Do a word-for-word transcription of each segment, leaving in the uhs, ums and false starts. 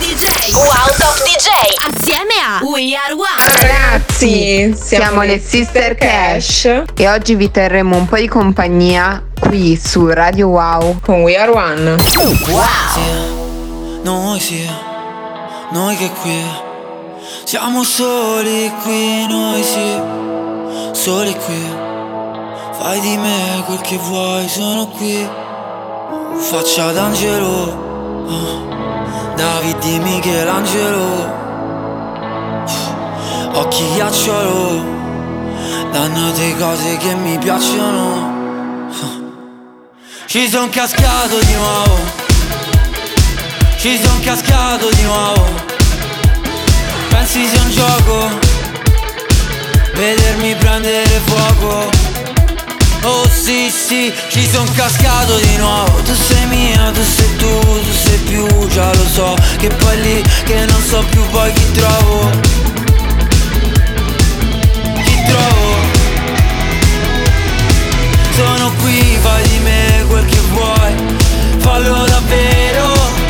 di jay. Wow Top di jay. Assieme a We Are One. Ragazzi, siamo le Sister Cash e oggi vi terremo un po' di compagnia qui su Radio Wow con We Are One. Wow. Noi sì, noi che qui siamo soli qui, noi sì, soli qui. Fai di me quel che vuoi, sono qui. Faccia d'angelo, oh. David di Michelangelo, occhi ghiacciolo, dannate cose che mi piacciono. Ci son cascato di nuovo, ci son cascato di nuovo. Pensi sia un gioco, vedermi prendere fuoco. Oh sì sì, ci son cascato di nuovo. Tu sei mia, tu sei tu, tu sei più, già lo so. Che poi lì, che non so più poi chi trovo. Chi trovo. Sono qui, fai di me quel che vuoi. Fallo davvero.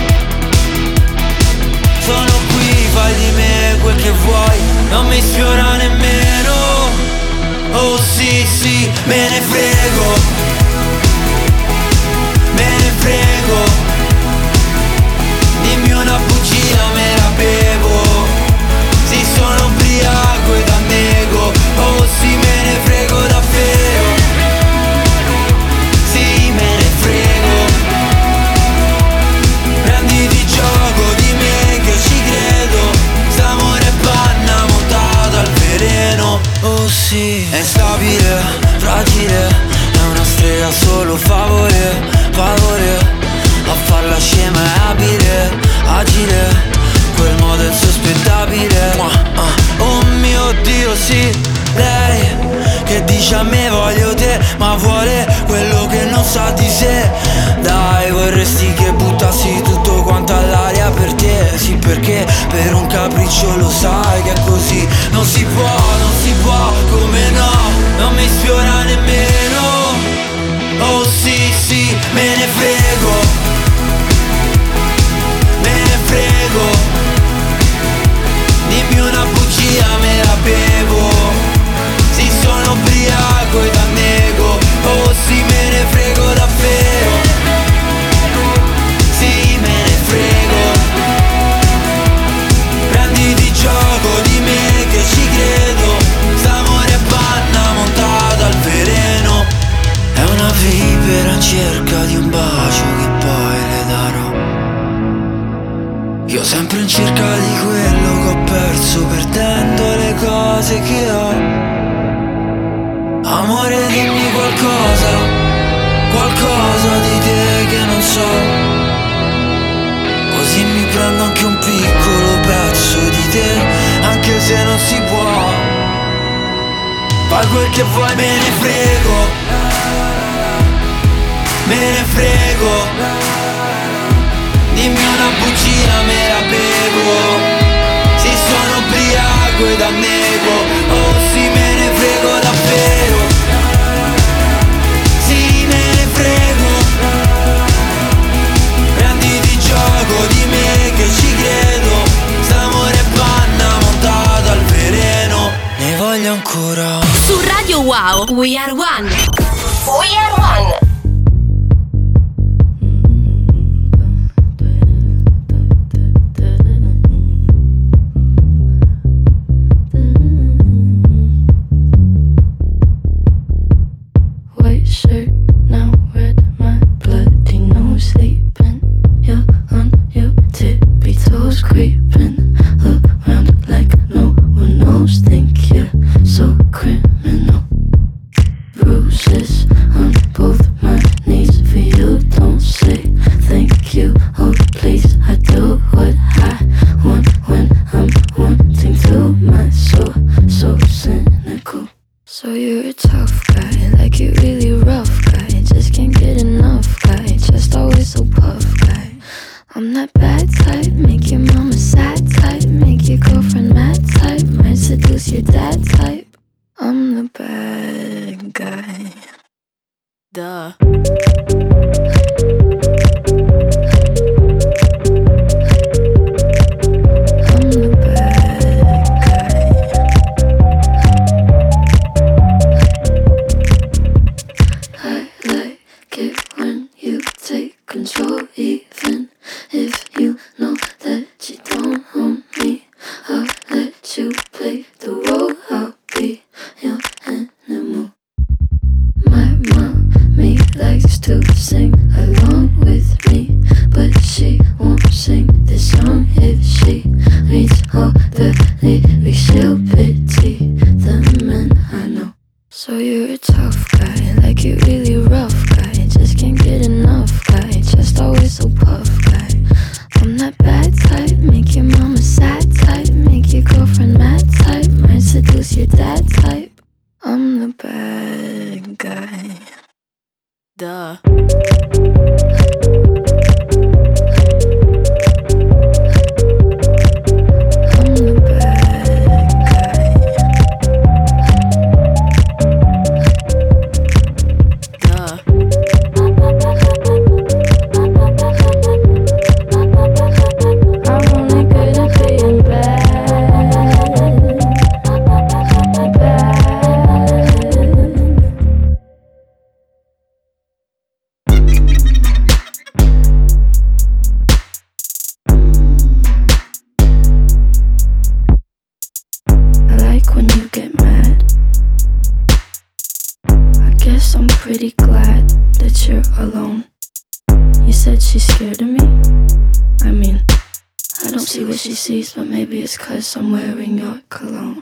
Sono qui, fai di me quel che vuoi. Non mi sfiora nemmeno. Oh sì sì, me ne frego, me ne frego. Dimmi una bugia, me la bevo. Sì, sono ubriaco ed annego. Oh sì, me ne frego davvero. Sì, me ne frego. Prenditi gioco di me che ci credo. St'amore è panna montata al veleno. Oh sì, è instabile, fragile, è una strega solo favore, favore. A farla scema è abile, agile, quel modo è insospettabile. Oh mio Dio sì, lei che dice a me voglio te, ma vuole quello che non sa di sé. Dai, vorresti che buttassi tutto quanto all'aria per te. Sì, perché per un capriccio lo sai che è così. Non si può, non si può, come no, non mi sfiora nemmeno. Oh sì, sì, me ne frego, me ne frego. Dimmi una bugia, me la bevo. Sì, sono ubriaco ed annego. Oh sì, me ne frego davvero. Sì, me ne frego. Prenditi gioco di me che ci credo. St'amore è panna montata al veleno. È una vipera in cerca di un bacio che poi le darò. Io sempre in cerca di quello che ho perso, perdendo le cose che ho. Amore, dimmi qualcosa, qualcosa di te che non so. Così mi prendo anche un piccolo pezzo di te, anche se non si può. Fai quel che vuoi, me ne frego, me ne frego. Dimmi una bugia, me la bevo. Sì, sono ubriaco ed annego. Oh sì, me ne frego davvero. Sì, me ne frego. Prenditi gioco di me che ci credo. St'amore è panna montata al veleno. Ne voglio ancora. Su Radio Wow, We Are One. We Are One. Is your dad type? I'm the bad guy. Duh. Pretty glad that you're alone. You said she's scared of me? I mean, I don't see what she sees, but maybe it's 'cause I'm wearing your cologne.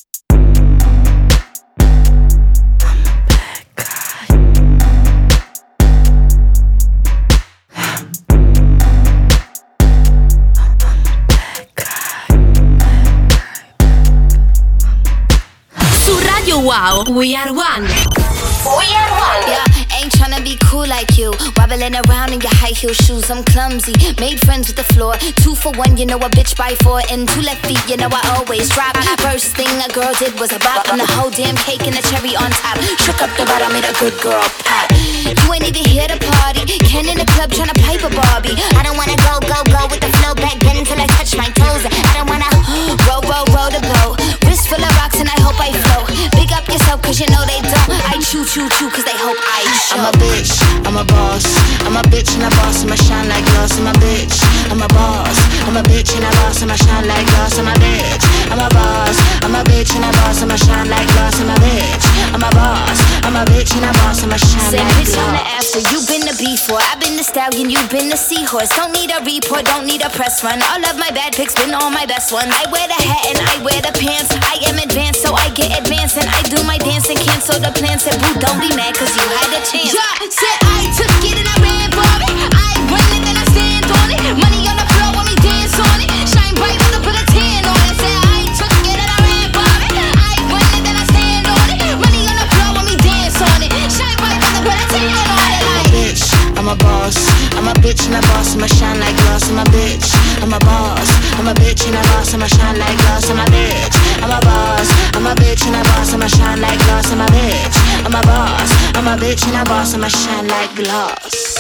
Wow, we are one. We are one. Yeah, ain't tryna be cool like you. Wobbling around in your high heel shoes, I'm clumsy. Made friends with the floor. Two for one, you know a bitch by four. And two left feet, you know I always drop. First thing a girl did was a bop. And the whole damn cake and the cherry on top. Shook up the bottom, made a good girl pop. You ain't even here to party. Ken in the club tryna pipe a Barbie. I don't wanna go, go, go with the flow back then until I touch my toes. I don't wanna roll, roll, roll the boat. Wrist full of rocks and I hope I float. Big up yourself cause you know they don't. I chew, chew, chew cause they hope I show. I'm a bitch, I'm a boss. I'm a bitch and a boss, I'ma shine like glass. I'm a bitch, I'm a boss. I'm a bitch and a boss, I'ma shine like glass. I'm a bitch, I'm a boss. I'm a bitch and a boss, I'ma shine like glass. I'm a bitch, I'm a boss. I'm a bitch and a boss, I'ma shine Say, like bitch, glass. I'm the after, you been the before. I've been the stallion, you been the seahorse. Don't need a report, don't need a press run. All of my bad pics been all my best ones. I wear the hat and I wear the pants. I am advanced, so I get advanced. And I do my dance and cancel the plans. Said, boo, don't be mad cause you had a chance. Yeah, said I took it and I ran for it. I run it and I stand on it. Money on the floor when we dance on it. Shine bright when I put a tan on it. Said I took it and I ran for it. I run it and I stand on it. Money on the floor when we dance on it. Shine bright when I put a tan on it. I'm a bitch, I'm a boss. I'm a bitch and a boss, I'ma shine like glass. I'm a bitch, I'm a boss. I'm a bitch and a boss, I'ma shine like glass. I'm a bitch, I'm a boss. I'm a bitch and a boss, I'ma shine like glass. I'm a bitch, I'm a boss. I'm a bitch and a boss, I'ma shine like glass.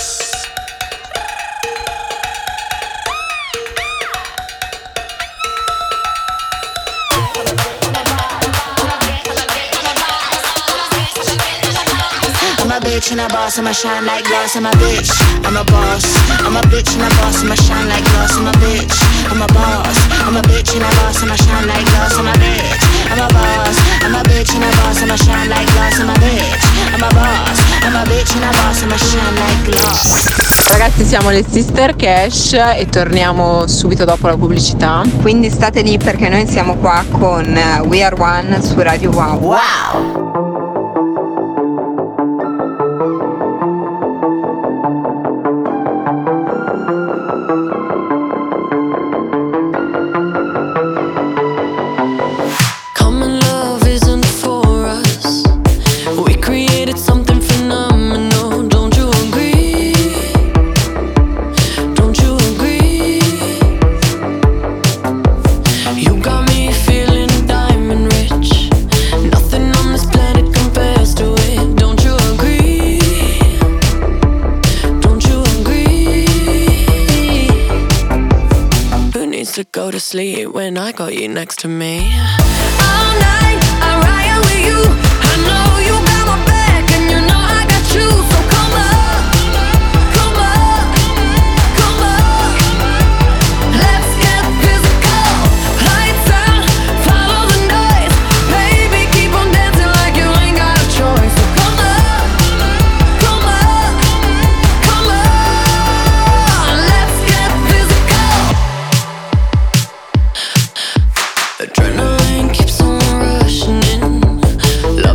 I'm a bitch and a boss, I'ma shine like glass. I'm a bitch, I'm a boss. I'm a bitch and a boss, I'ma shine like glass. I'm a bitch, I'm a boss. I'm a bitch and a boss, I'ma shine like glass. I'm a bitch, I'm a boss. I'm a bitch and a boss, I'ma shine like glass. I'm a bitch, I'm a boss. I'm a bitch and a boss, I'ma shine like glass. Ragazzi, siamo le Sister Cash e torniamo subito dopo la pubblicità. Quindi state lì perché noi siamo qua con We Are One su Radio Wow. Wow. To go to sleep when I got you next to me. All night I ride with you. I know you got my back and you know I got you. So come up, come up, come up. Let's get physical. Lights out, follow the noise. Baby, keep on dancing like you ain't got a choice. So come up, come up, come up. Let's get physical. Adrenaline keeps on rushing in. Love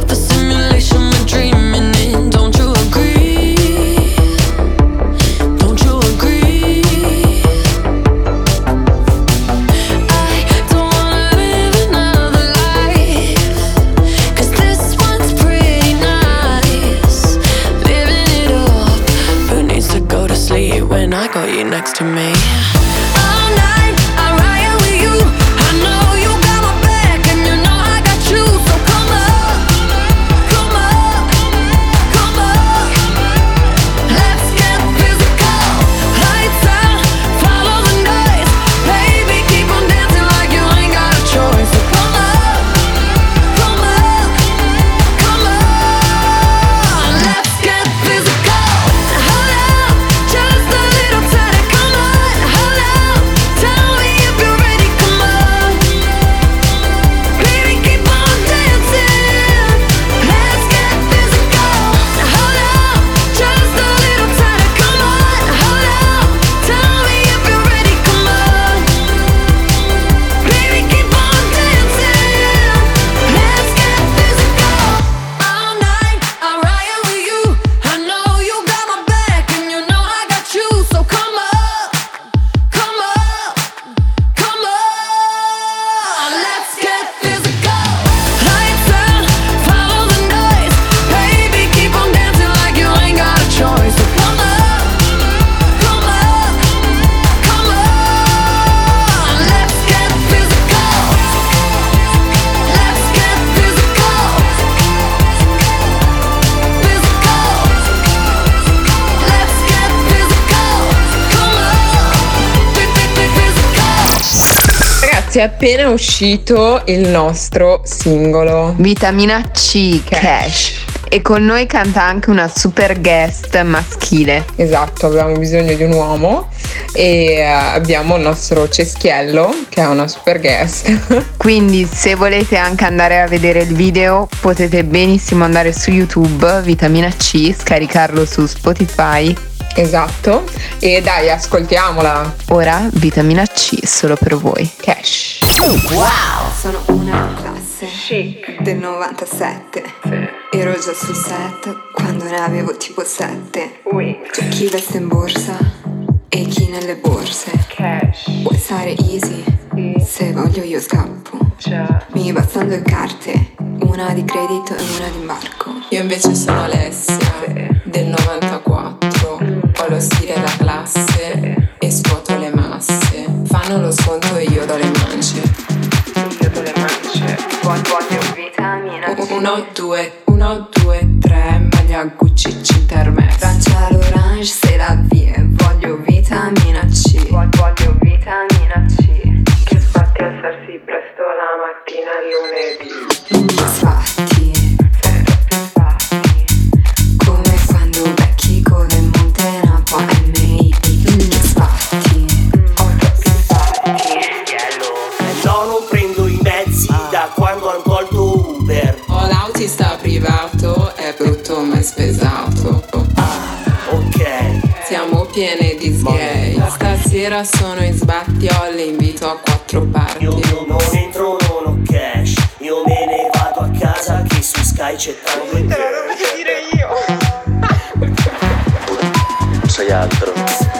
Ragazzi, è appena uscito il nostro singolo Vitamina C Cash. E con noi canta anche una super guest maschile. Esatto, avevamo bisogno di un uomo e abbiamo il nostro Ceschiello che è una super guest. Quindi se volete anche andare a vedere il video potete benissimo andare su YouTube, Vitamina C, scaricarlo su Spotify. Esatto, e dai, ascoltiamola. Ora Vitamina C solo per voi. Cash. Wow! Sono una classe chic del novantasette. Sì. Ero già sul set quando ne avevo tipo sette. C'è chi veste in borsa e chi nelle borse. Cash. Puoi stare easy, sì. Se voglio io scappo. Già. Mi bastano due carte, una di credito e una di imbarco. Io invece sono Alessia, sì. Del novantaquattro. Mm. Ho lo stile e la classe, sì. E scuoto le masse. Fanno lo sconto e io do le mance. Io do le mance. Voglio vitamina C. Uno, due, uno, due, tre. Maglia Gucci, Cintermess. Francia l'orange, se la vie. Voglio vitamina C. Voglio vitamina C. Che sbatti alzarsi presto la mattina lunedì. Che sbatti, sbatti. Come quando becchi con le monte Napo M I P. Che sbatti, ho troppi sbatti. No, non prendo i mezzi da quando hanno tolto Uber. Ho l'autista privato, è brutto ma è spesato. Ah, ok. Siamo piene di sgay. Stasera sono in sbatti, ho le invito a quattro party. Io non entro, non ho cash. Io me ne vado a casa che su Sky c'è tanto il te lo devo dire io. Sei altro.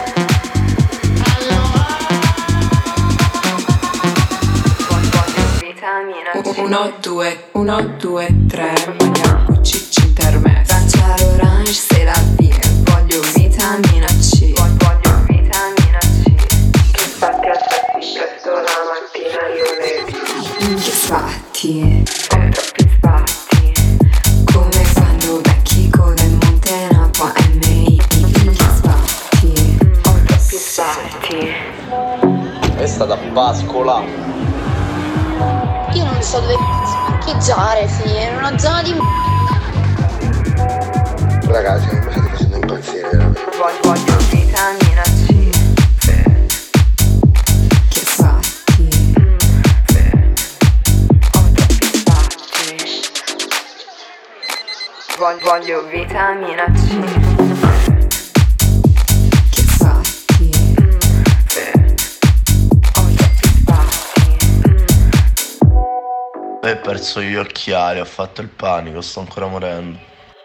Uno, due, uno, due, tre. Maglia Gucci, Cintermess. Francia l'orange, se la vie. Voglio vitamina C. Voglio vitamina C. Che sbatti alzarsi presto la mattina lunedì. Che sbatti, ho troppi sbatti. Come quando becchi con il monte Napo M I P. Che sbatti, ho troppi sbatti. Questa da pascola. Io non so dove parcheggiare, figli, in una zona di Ragazzi, mi state facendo impazzire veramente. Voglio vitamina C. Che sbatti, ho troppi sbatti. Voglio vitamina C. Che sbatti, ho troppi sbatti. Ho perso gli occhiali, ho fatto il panico, sto ancora morendo.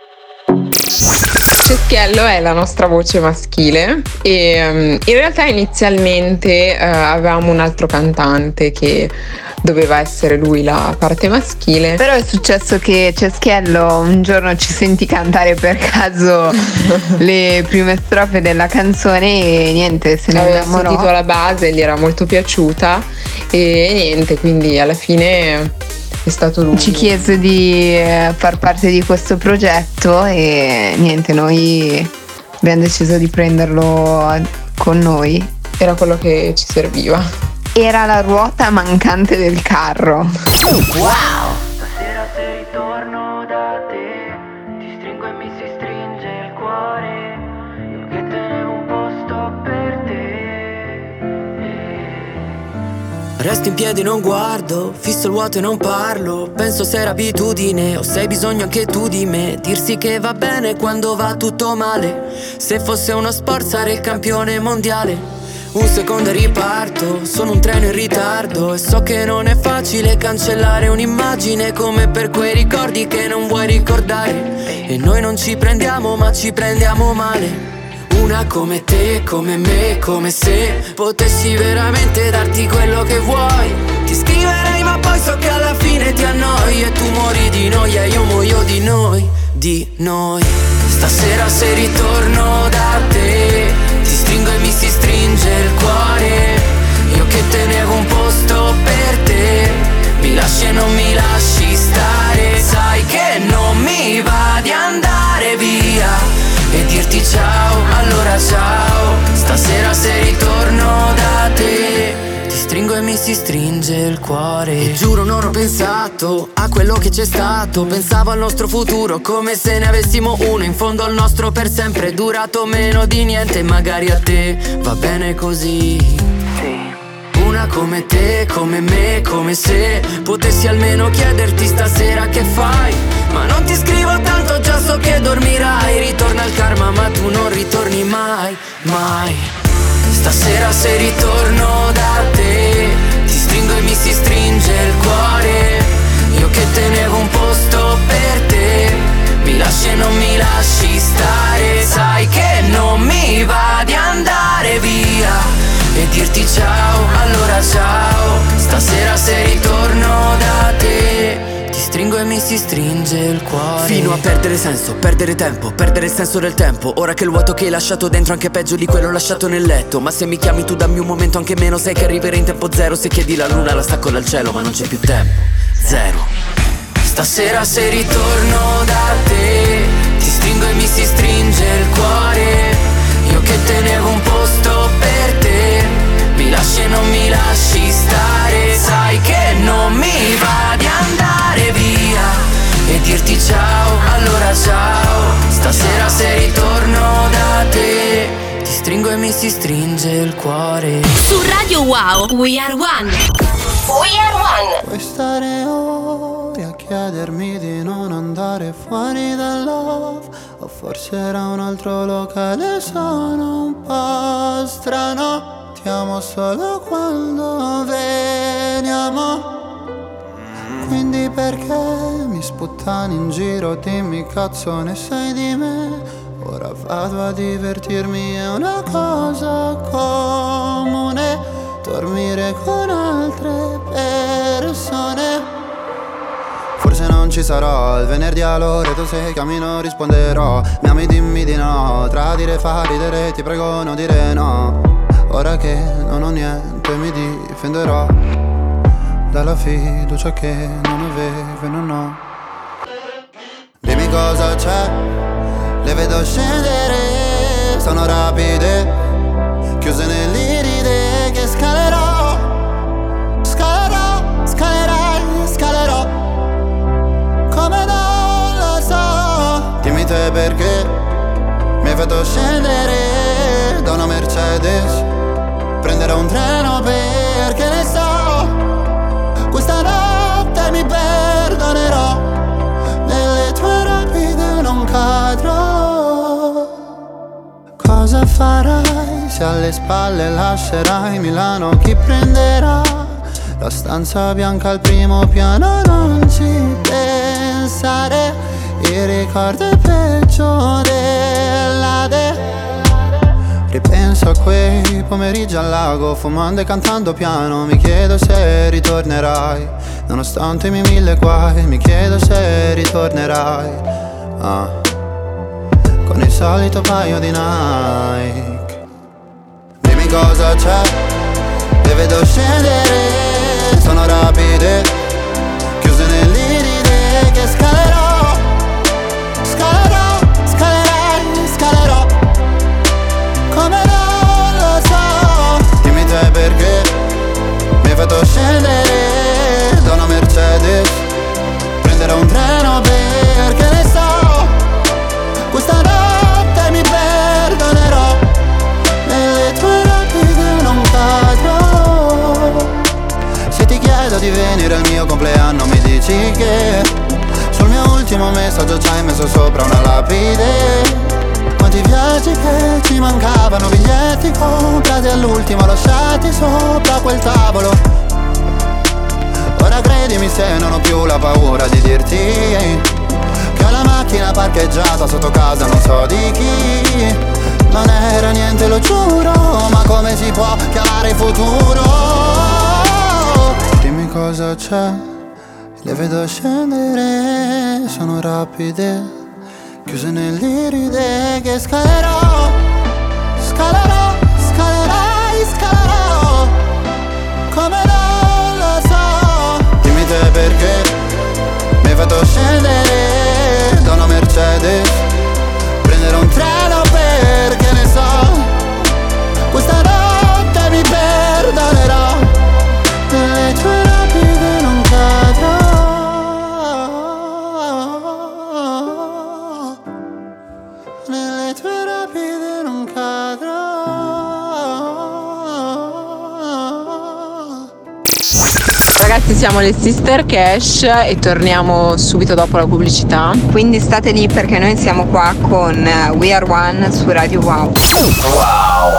Ceschiello è la nostra voce maschile e um, in realtà inizialmente uh, avevamo un altro cantante che doveva essere lui la parte maschile. Però è successo che Ceschiello un giorno ci sentì cantare per caso le prime strofe della canzone e niente, se ne aveva innamorò. sentito la base, gli era molto piaciuta e niente, quindi alla fine è stato lui. Ci chiese di far parte di questo progetto e niente, noi abbiamo deciso di prenderlo con noi. Era quello che ci serviva. Era la ruota mancante del carro. Wow! Stasera se ritorno da te, ti stringo e mi si stringe il cuore. Io che tenevo un posto per te. Resto in piedi e non guardo, fisso il vuoto e non parlo. Penso se era abitudine o se hai bisogno anche tu di me. Dirsi che va bene quando va tutto male. Se fosse uno sport sarei il campione mondiale. Un secondo e riparto, sono un treno in ritardo. E so che non è facile cancellare un'immagine, come per quei ricordi che non vuoi ricordare. E noi non ci prendiamo ma ci prendiamo male. Una come te, come me, come se potessi veramente darti quello che vuoi. Ti scriverei ma poi so che alla fine ti annoi. E tu muori di noia e io muoio di noi, di noi. Stasera se ritorno da te, ti stringo e mi si stringe il cuore. Io che tenevo un posto per te, mi lasci e non mi lasci stare. Sai che non mi va di andare via e dirti ciao, allora ciao. Stasera se ritorno da te, ti stringo e mi mi si stringe il cuore. E giuro non ho pensato a quello che c'è stato, pensavo al nostro futuro come se ne avessimo uno. In fondo al nostro per sempre è durato meno di niente, magari a te va bene così. Sì. Una come te, come me, come se potessi almeno chiederti stasera che fai. Ma non ti scrivo tanto, già so che dormirai. Ritorna il karma ma tu non ritorni mai, mai. Stasera se ritorno da te ti stringo e mi si stringe il cuore. Io che tenevo un posto per te, mi lasci e non mi lasci stare. Sai che non mi va di andare via e dirti ciao, allora ciao. Stasera se ritorno da te ti stringo e mi si stringe il cuore. Fino a perdere senso, perdere tempo, perdere il senso del tempo. Ora che il vuoto che hai lasciato dentro è anche peggio di quello lasciato nel letto. Ma se mi chiami tu dammi un momento anche meno, sai che arriverei in tempo zero. Se chiedi la luna la stacco dal cielo, ma non c'è più tempo, zero. Stasera se ritorno da te ti stringo e mi si stringe il cuore. Io che tenevo un posto per te, mi lasci e non mi lasci stare. Sai che non mi va di andare via e dirti ciao, allora ciao. Stasera se ritorno da te ti stringo e mi si stringe il cuore. Su Radio Wow, We Are One. We Are One. Puoi stare ore a chiedermi di non andare fuori dal love, o forse era un altro locale, sono un po' strano. Ti amo solo quando veniamo, quindi perché mi sputtani in giro, dimmi cazzo ne sai di me. Ora vado a divertirmi, è una cosa comune, dormire con altre persone. Forse non ci sarò il venerdì all'ora, tu se chiami non risponderò. Mi ami dimmi di no, tradire fa ridere, ti prego non dire no. Ora che non ho niente mi difenderò dalla fiducia che non avevo e non ho. Dimmi cosa c'è, le vedo scendere, sono rapide, chiuse nell'iride che scalerò. Scalerò, scalerai, scalerò, come non lo so. Dimmi te perché mi hai fatto scendere da una Mercedes, prenderò un treno perché ne so. Questa notte mi perdonerò, nelle tue rapide non cadrò. Cosa farai se alle spalle lascerai Milano? Chi prenderà la stanza bianca al primo piano? Non ci pensare, il ricordo è peggio dell'Ade. Ripenso a quei pomeriggi al lago, fumando e cantando piano. Mi chiedo se ritornerai, nonostante i miei mille guai. Mi chiedo se ritornerai, ah, con il solito paio di Nike. Dimmi cosa c'è, le vedo scendere, sono rapide, chiuse nell'iride che scalerò. Scalerò, scalerai, scalerò, come non lo so. Dimmi te perché mi hai fatto scendere da una Mercedes, prenderò un treno perché ne so. Questa notte mi perdonerò, nelle tue rapide non cadrò. Se ti chiedo di venire al mio compleanno mi dici che sul mio ultimo messaggio ci hai messo sopra una lapide. Quanti viaggi che ci mancavano, biglietti comprati all'ultimo, lasciati sopra quel tavolo. Ora credimi se non ho più la paura di dirti che ho la macchina parcheggiata sotto casa non so di chi. Non era niente lo giuro, ma come si può chiamare futuro? Dimmi cosa c'è, le vedo scendere, sono rapide, chiuse nell'iride che scalerò. Scalerò, scalerai, scalerò, come non lo so. Dimmi te perché mi hai fatto scendere da una Mercedes, prendere un treno perché ne so. Questa notte mi perdonerò, Ragazzi, siamo le Sister Cash e torniamo subito dopo la pubblicità. Quindi state lì perché noi siamo qua con We Are One su Radio Wow. Wow.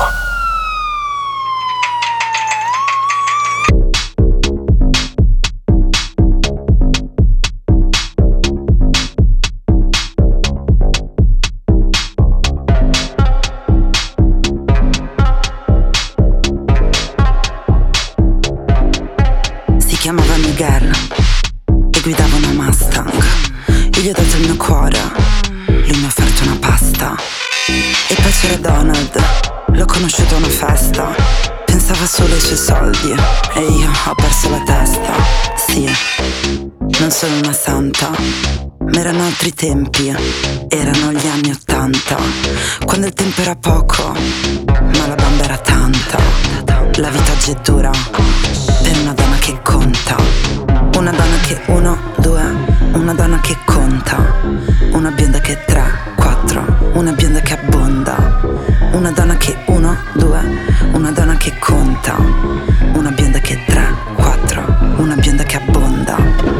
Chiamava Miguel e guidava una Mustang. Io gli ho dato il mio cuore, lui mi ha offerto una pasta. E poi c'era Donald, l'ho conosciuto a una festa. Pensava solo ai suoi soldi e io ho perso la testa. Sì, non sono una santa, ma erano altri tempi, erano gli anni ottanta, quando il tempo era poco, ma la bamba era tanta. La vita oggi è dura per una donna che conta, una donna che uno, due, una donna che conta, una bionda che tre, quattro, una bionda che abbonda, una donna che uno, due, una donna che conta, una bionda che tre, quattro, una bionda che abbonda.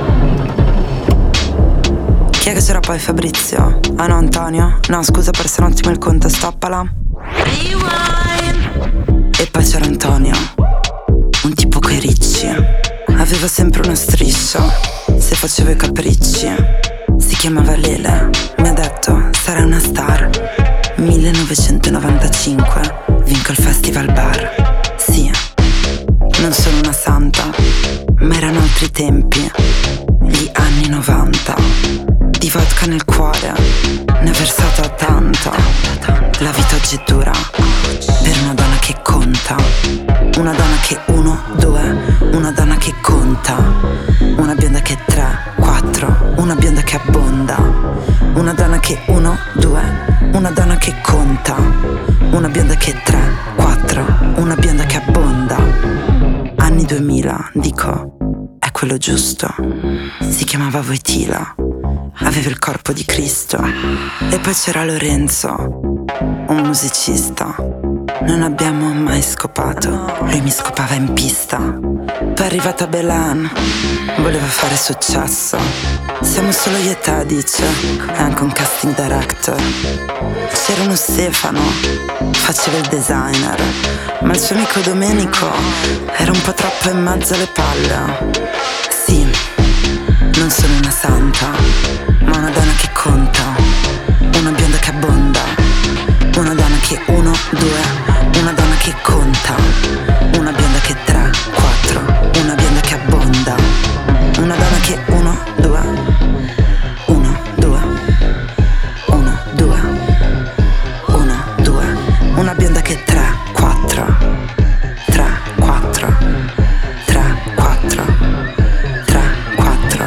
Chi è che c'era poi? Fabrizio? Ah no, Antonio? No, scusa, ho perso un attimo il conto, stoppala. E poi c'era Antonio, un tipo coi ricci, aveva sempre una striscia se faceva i capricci. Si chiamava Lele, mi ha detto sarai una star. millenovecentonovantacinque vinco il Festival Bar. Sì, non sono una santa, ma erano altri tempi, gli anni novanta. Di vodka nel cuore ne ho versato tanta. La vita oggi è dura per una donna che conta, una donna che uno, due, una donna che conta, una bionda che tre, quattro, una bionda che abbonda, una donna che uno, due, una donna che conta, una bionda che tre, quattro, una bionda che abbonda. Anni duemila, dico, è quello giusto. Si chiamava Voitila, aveva il corpo di Cristo. E poi c'era Lorenzo, un musicista. Non abbiamo mai scopato, lui mi scopava in pista. Poi è arrivata Belan, voleva fare successo. Siamo solo io e te, dice, è anche un casting director. C'era uno Stefano, faceva il designer, ma il suo amico Domenico era un po' troppo in mezzo alle palle. Sì, non sono una santa, ma una donna che conta, una bionda che abbonda, una donna che uno, due, una donna che conta, una bionda che tre, quattro, una bionda che abbonda, una donna che uno, due, uno, due, uno, due, uno, due, una bionda che tre, quattro, tre, quattro, tre, quattro, tre, quattro.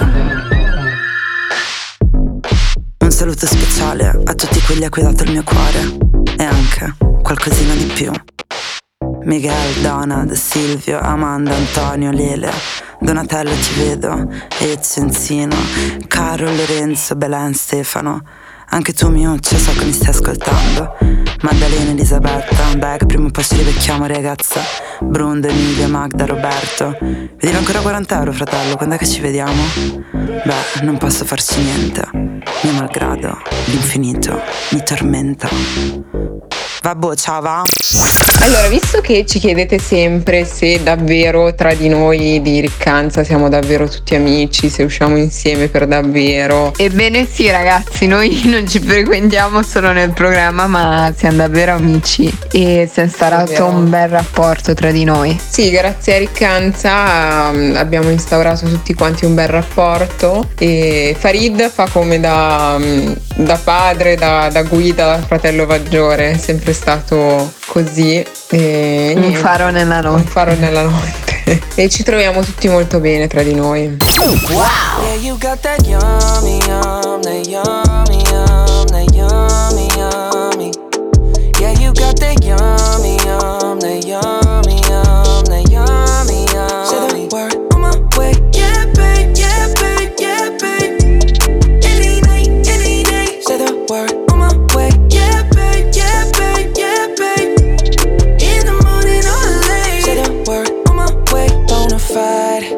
Un saluto speciale a tutti quelli a cui ho dato il mio cuore e anche qualcosina di più. Miguel, Donald, Silvio, Amanda, Antonio, Lele, Donatello, ti vedo, Ezio, Enzino, Caro, Lorenzo, Belen, Stefano. Anche tu, Miuccia, so che mi stai ascoltando. Maddalena, Elisabetta, beh, che prima o poi ci rivecchiamo, ragazza. Brundo, Emilia, Magda, Roberto. Vi devo ancora quaranta euro, fratello, quando è che ci vediamo? Beh, non posso farci niente. Mio malgrado, l'infinito mi tormenta. Vabbè, ciao, va. Allora, visto che ci chiedete sempre se davvero tra di noi di Riccanza siamo davvero tutti amici, se usciamo insieme per davvero. Ebbene sì, ragazzi, noi non ci frequentiamo solo nel programma, ma siamo davvero amici e si è instaurato un bel rapporto tra di noi. Sì, grazie a Riccanza um, abbiamo instaurato tutti quanti un bel rapporto e Farid fa come da, um, da padre, da, da guida, da fratello maggiore, è sempre stato così. E un faro nella notte. Un faro nella notte. E ci troviamo tutti molto bene tra di noi. Wow! Yeah, you got that yummy, yum, that yummy, yum, that yummy, yummy. Yeah, you got that yummy, yum, that yummy, yum, that yummy, yummy. Say the word on my way. Yeah, babe, yeah, babe, yeah, babe. Any night, any day. Say the word on my way. Yeah, babe, yeah, babe, yeah, babe. In the morning or late. Say the word on my way. Bonafide.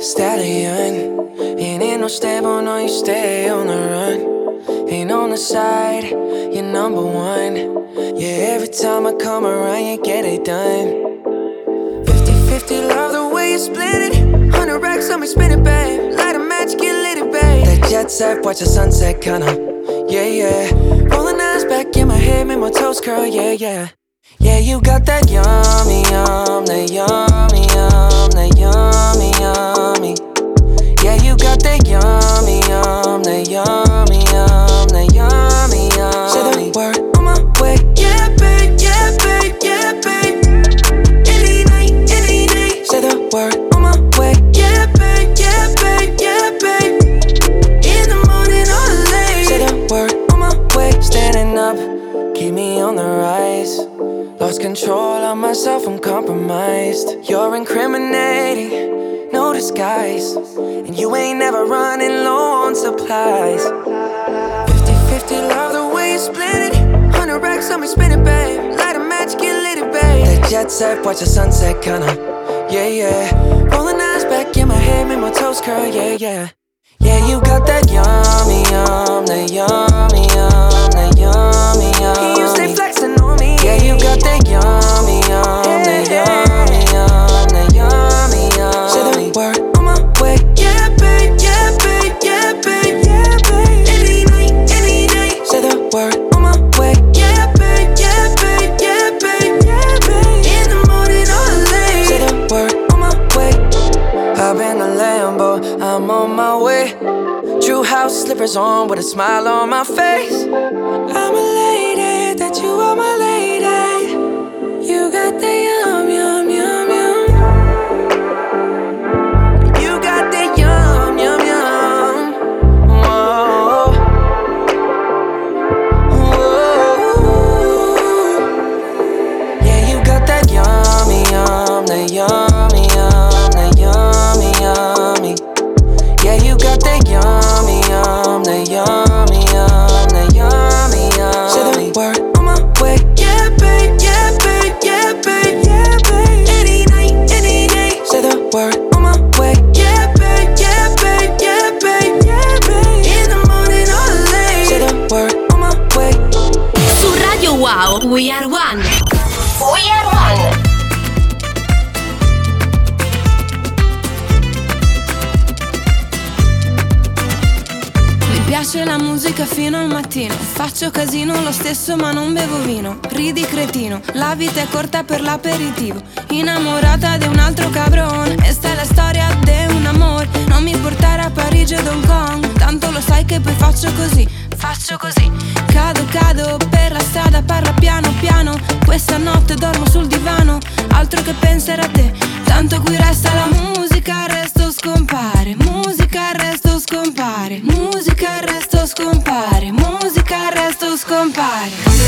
stallion. And ain't no stable, no, you stay on the run. Ain't on the side, you're number one. Yeah, every time I come around, you get it done. Fifty-fifty, love the way you split it. Hundred racks on me, spin it, babe. Light a match, get lit, babe. That jet set, watch the sunset, kinda. Yeah, yeah. Rolling eyes back in my head, make my toes curl, yeah, yeah. Yeah, you got that yummy, yum, that yummy, yum, that yummy, yummy. Yeah, you got that yummy, yum, that yummy, yum, that yummy, yummy. Say the word on my way. Yeah, babe, yeah, babe, yeah, babe. Any night, any day. Say the word on my way. Yeah, babe, yeah, babe, yeah, babe. In the morning or late. Say the word on my way. Standing up, keep me on the rise. Lost control of myself, I'm compromised. You're incriminating, no disguise. And you ain't never running low on supplies. Fifty-fifty, love the way you split it. Hundred racks on me, spin it, babe. Light a match, get lit, babe. That jet set, watch the sunset, kinda. Yeah, yeah. Rolling eyes back in my head, make my toes curl, yeah, yeah. Yeah, you got that yummy, yum, that yummy, yum, that yummy, yum. You stay flexing on me. Yeah, you got that yummy, yum, that yummy, yum, that yummy, yum. Say the word on my way. Yeah, babe, yeah, babe, yeah, babe, yeah, babe. Any night, any day. Say the word on my way. Yeah, babe, yeah, babe, yeah, babe, yeah, babe. In the morning or late. Say the word on my way. Hop in the Lambo, I'm on my way. True house slippers on with a smile on my face. I'm elated that you are my lady. You got the yum, yum, yum, yum. You got the yum, yum, yum. Whoa. Whoa. Yeah, you got that yummy, yum, that yummy, yum, that yummy, yummy. Yeah, you got that yummy, yum, that yummy, yum, that yummy, yum. Say the word on my way. Yeah, babe, yeah, babe, yeah, babe, yeah, babe. Any night, any day. Say the word on my way. Yeah, babe, yeah, babe, yeah, babe, yeah, babe. In the morning or late. Say the word on my way. Su Radio Wow, We Are One. We Are One. Mi piace la musica fino al mattino. Faccio casino lo stesso ma non bevo vino. Ridi cretino, la vita è corta per l'aperitivo. Innamorata di un altro cabron. Esta è la storia di un amor. Non mi portare a Parigi ed Hong Kong. Tanto lo sai che poi faccio così. Faccio così. Cado, cado per la strada, parla piano piano. Questa notte dormo sul divano. Altro che pensare a te. Tanto qui resta la musica, il resto scompare. Musica, il resto scompare. Musica, il resto scompare. Musica, il resto scompare.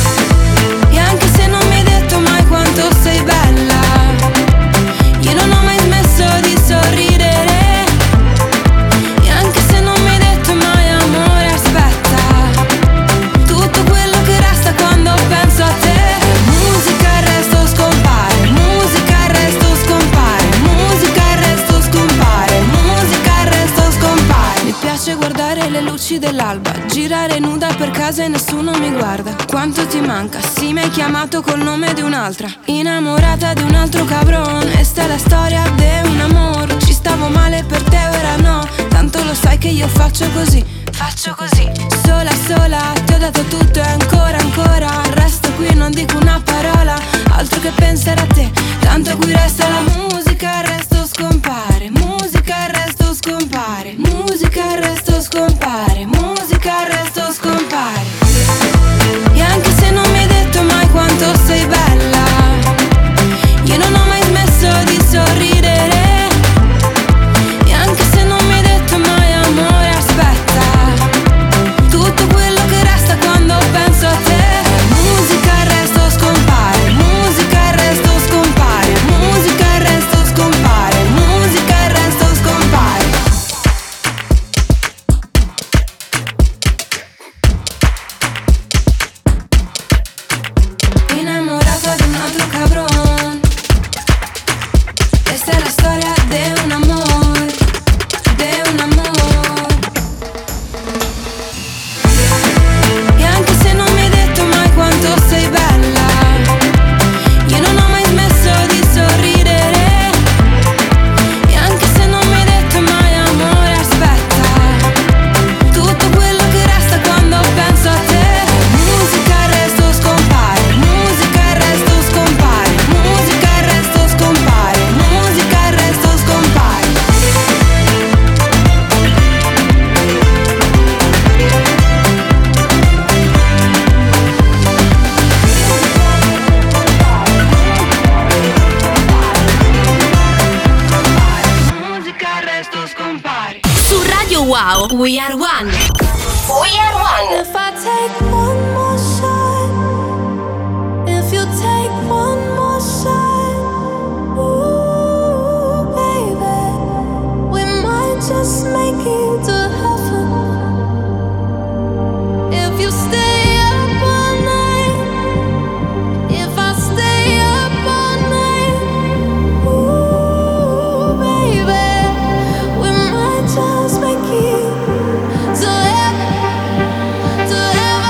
E anche se non mi hai detto mai quanto sei bella, io non ho mai smesso di sorridere. E anche se non mi hai detto mai amore, aspetta, tutto quello che resta quando penso a te. Musica, il resto scompare. Musica, il resto scompare. Musica, il resto scompare. Musica, il resto scompare. Mi piace guardare le luci dell'alba, girare nuda per casa e nessuno mi guarda. Quanto ti manca? Sì, mi hai chiamato col nome di un'altra. Innamorata di un altro cabron. Esta è la storia di un amore. Ci stavo male per te, ora no. Tanto lo sai che io faccio così. Faccio così. Sola, sola, ti ho dato tutto e ancora, ancora. Resto qui, non dico una parola. Altro che pensare a te. Tanto qui resta la musica, il resto scompare. Musica, il resto scompare. Musica, il resto scompare. Musica, il resto scompare. E anche se non mi hai detto mai quanto sei bella, io non ho mai smesso di sorridere. E anche se non mi hai detto mai amore, aspetta, tutto quello che resta quando penso a te. Musica, il resto scompare. Musica, il resto scompare. Musica, il resto Wow, We Are One. We Are One. If I take one more shot, if you take one more shot, ooh, baby, we might just make it to heaven. If you stay up all night, if I stay up all night, ooh, baby, we might just make it to heaven, to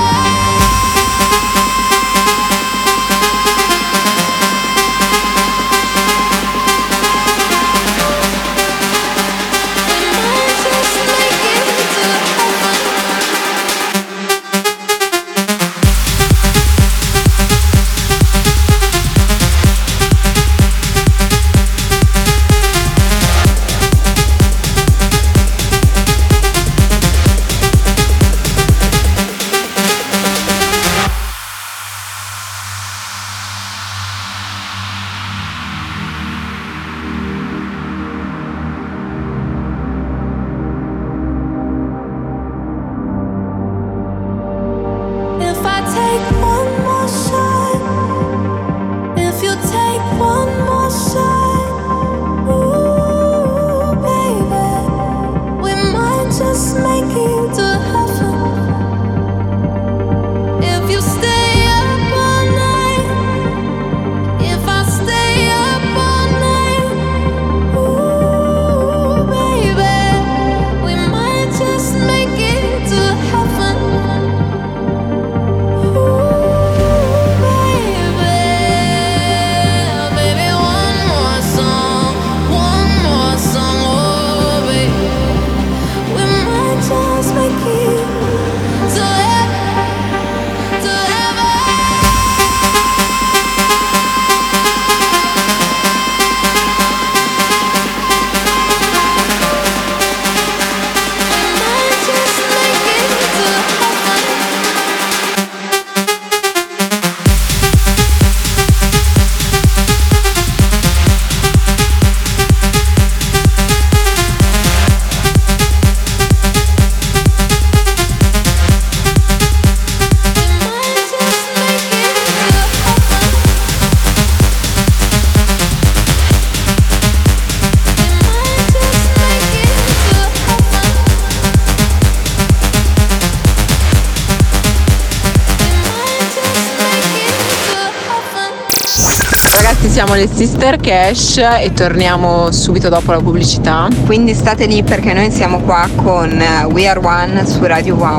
Ragazzi, siamo le Sister Cash e torniamo subito dopo la pubblicità. Quindi state lì perché noi siamo qua con We Are One su Radio Wow.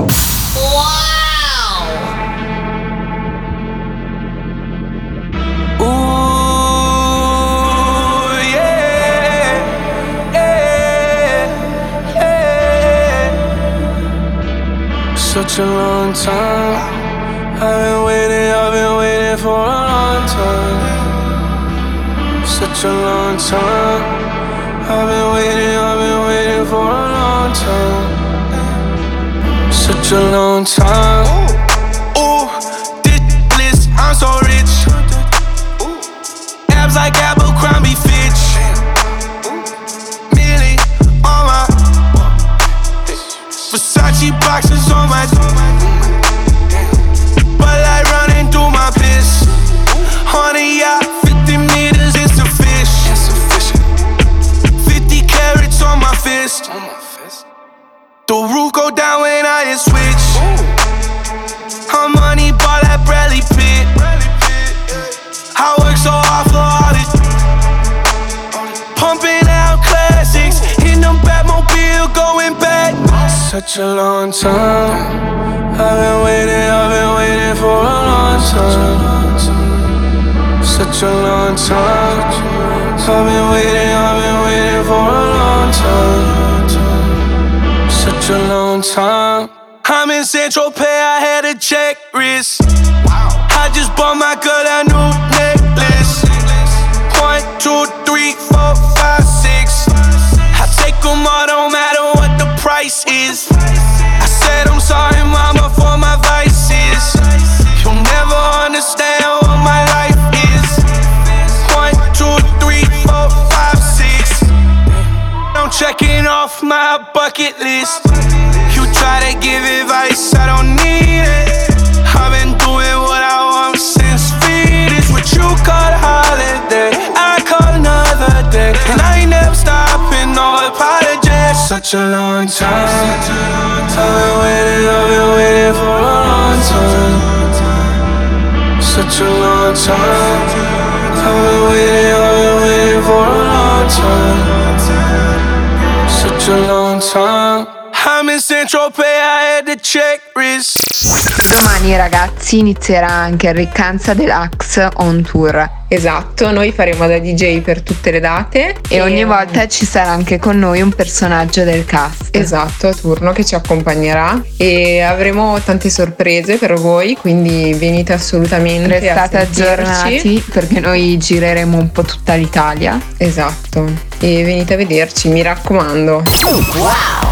Such a long time. I've been waiting, I've been waiting for a long time. Such a long time. I've been waiting, I've been waiting for a long time. Such a long time. Ooh, this bliss, I'm so rich. Abs like Abercrombie Fitch. Millie on my Versace boxes on my but like running through my piss. Honey, yeah, fifty meters is sufficient. Fifty carats on my fist. The roof go down when I hit switch. I'm money ball like Bradley Pitt. I work so hard for all it. Pumping out classics in the Batmobile going back. Such a long time. I've been waiting, I've been waiting for a long time. Such a long time. I've been waiting, I've been waiting for a long time. Such a long time. I'm in Central Pay, I had a check wrist. I just bought my girl a new necklace. One, two, three, four, five, six. I take them all, don't matter what the price is. I said I'm sorry, mama, for my vices. You'll never understand what my life is. One, two, three, four, five, six. Don't checking off my bucket list. You try to give advice, I don't need it. I've been doing what I want since Phoenix. What you call holiday, I call another day. And I ain't never stopping, no apologies. Such a long time, I've been waiting, I've been waiting for a long time. Such a long time, I've been waiting, I've been waiting for a long time. Such a long time. I'm in Central Pay, I had to check wrist. Domani ragazzi inizierà anche il Riccanza Deluxe on tour. Esatto, noi faremo da D J per tutte le date e, e ogni volta ci sarà anche con noi un personaggio del cast. Esatto, a turno che ci accompagnerà e avremo tante sorprese per voi, quindi venite assolutamente. Restate aggiornati perché noi gireremo un po' tutta l'Italia. Esatto, e venite a vederci, mi raccomando. Wow!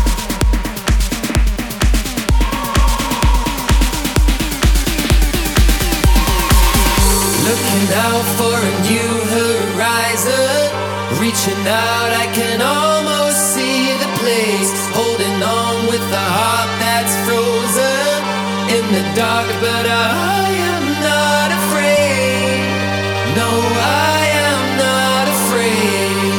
Out for a new horizon, reaching out, I can almost see the place, holding on with a heart that's frozen in the dark, but I am not afraid, no, I am not afraid.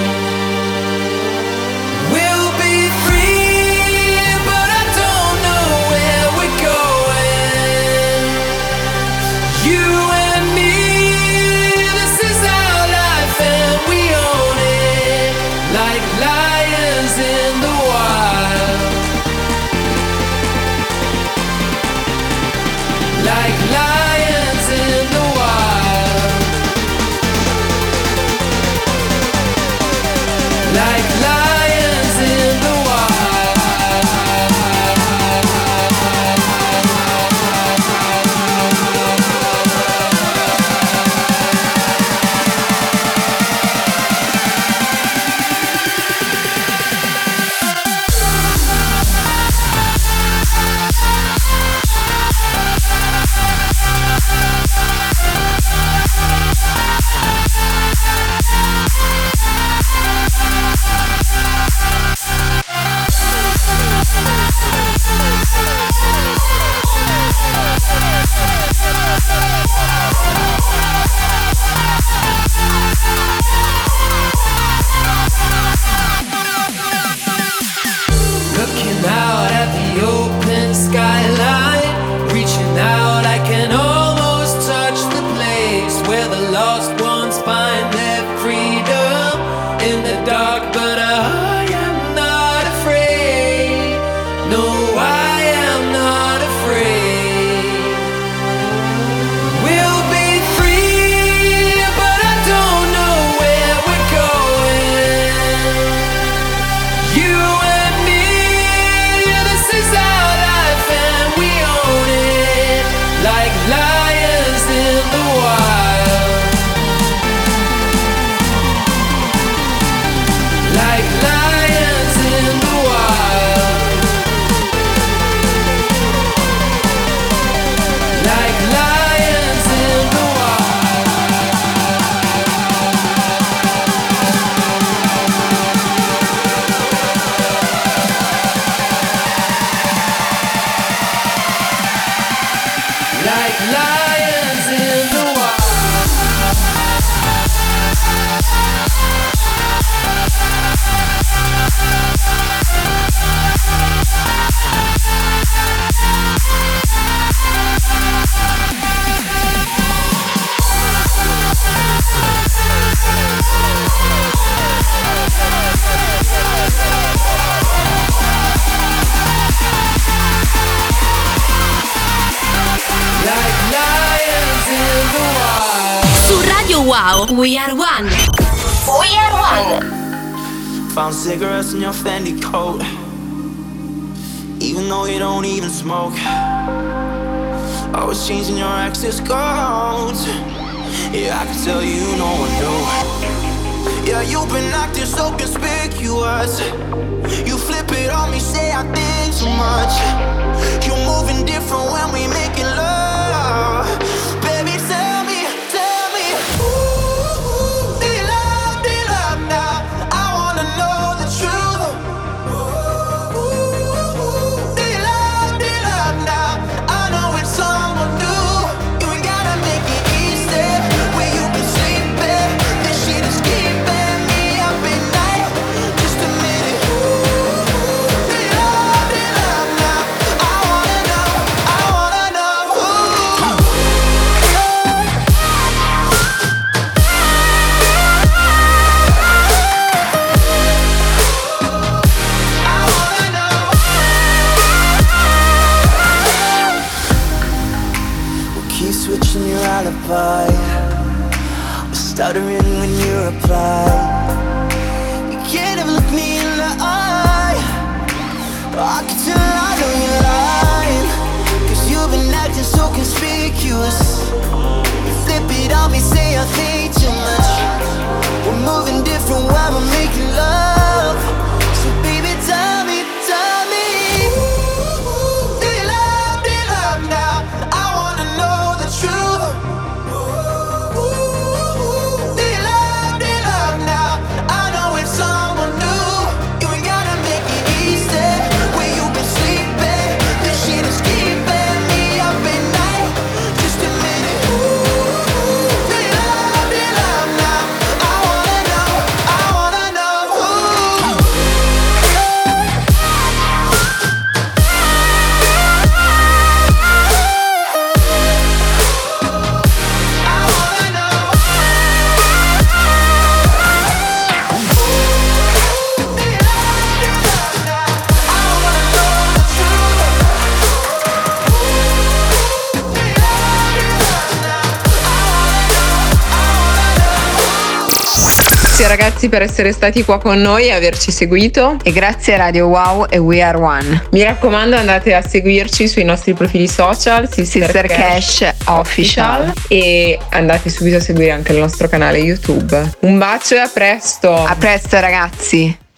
We'll be free, but I don't know where we're going, you and me. Like lions in the wild, like lions in the wild, like lions in the looking out at the open skyline, reaching out, I can almost touch the place where the lost ones find their freedom in the dark, but I am not afraid, no, I am not afraid. We'll be free, but I don't know where we're going, you and me, this is our life and we own it, like lions in the wild, like lions in the wild, like lions in the like lions in the wild. Like lions in the wild. Su Radio Wow, We Are One. We Are One. Found cigarettes in your Fendi coat, even though you don't even smoke. Always changing your access codes. Yeah, I can tell you no one knew. Yeah, you've been acting so conspicuous. You flip it on me, say I think too much. You're moving different when we making love. Baby, tell me, tell me, ooh, ooh, do you love, do you love now? I wanna know the truth. conspicuous. You flip it on me, say I think too much. We're moving different while we're making love. So baby, tell me, tell me, do you love, do you love now? I wanna know the truth. Do you love, do you love now? I know it's someone new. You ain't gotta make it easy. Where you been sleeping? This shit is keeping me up at night. Just a minute. Do you love, do you love now? I wanna know, I wanna know. Grazie ragazzi per essere stati qua con noi e averci seguito. E grazie a Radio Wow e We Are One. Mi raccomando, andate a seguirci sui nostri profili social, Sister, Sister Cash, Cash Official. Official, e andate subito a seguire anche il nostro canale YouTube. Un bacio e a presto. A presto ragazzi.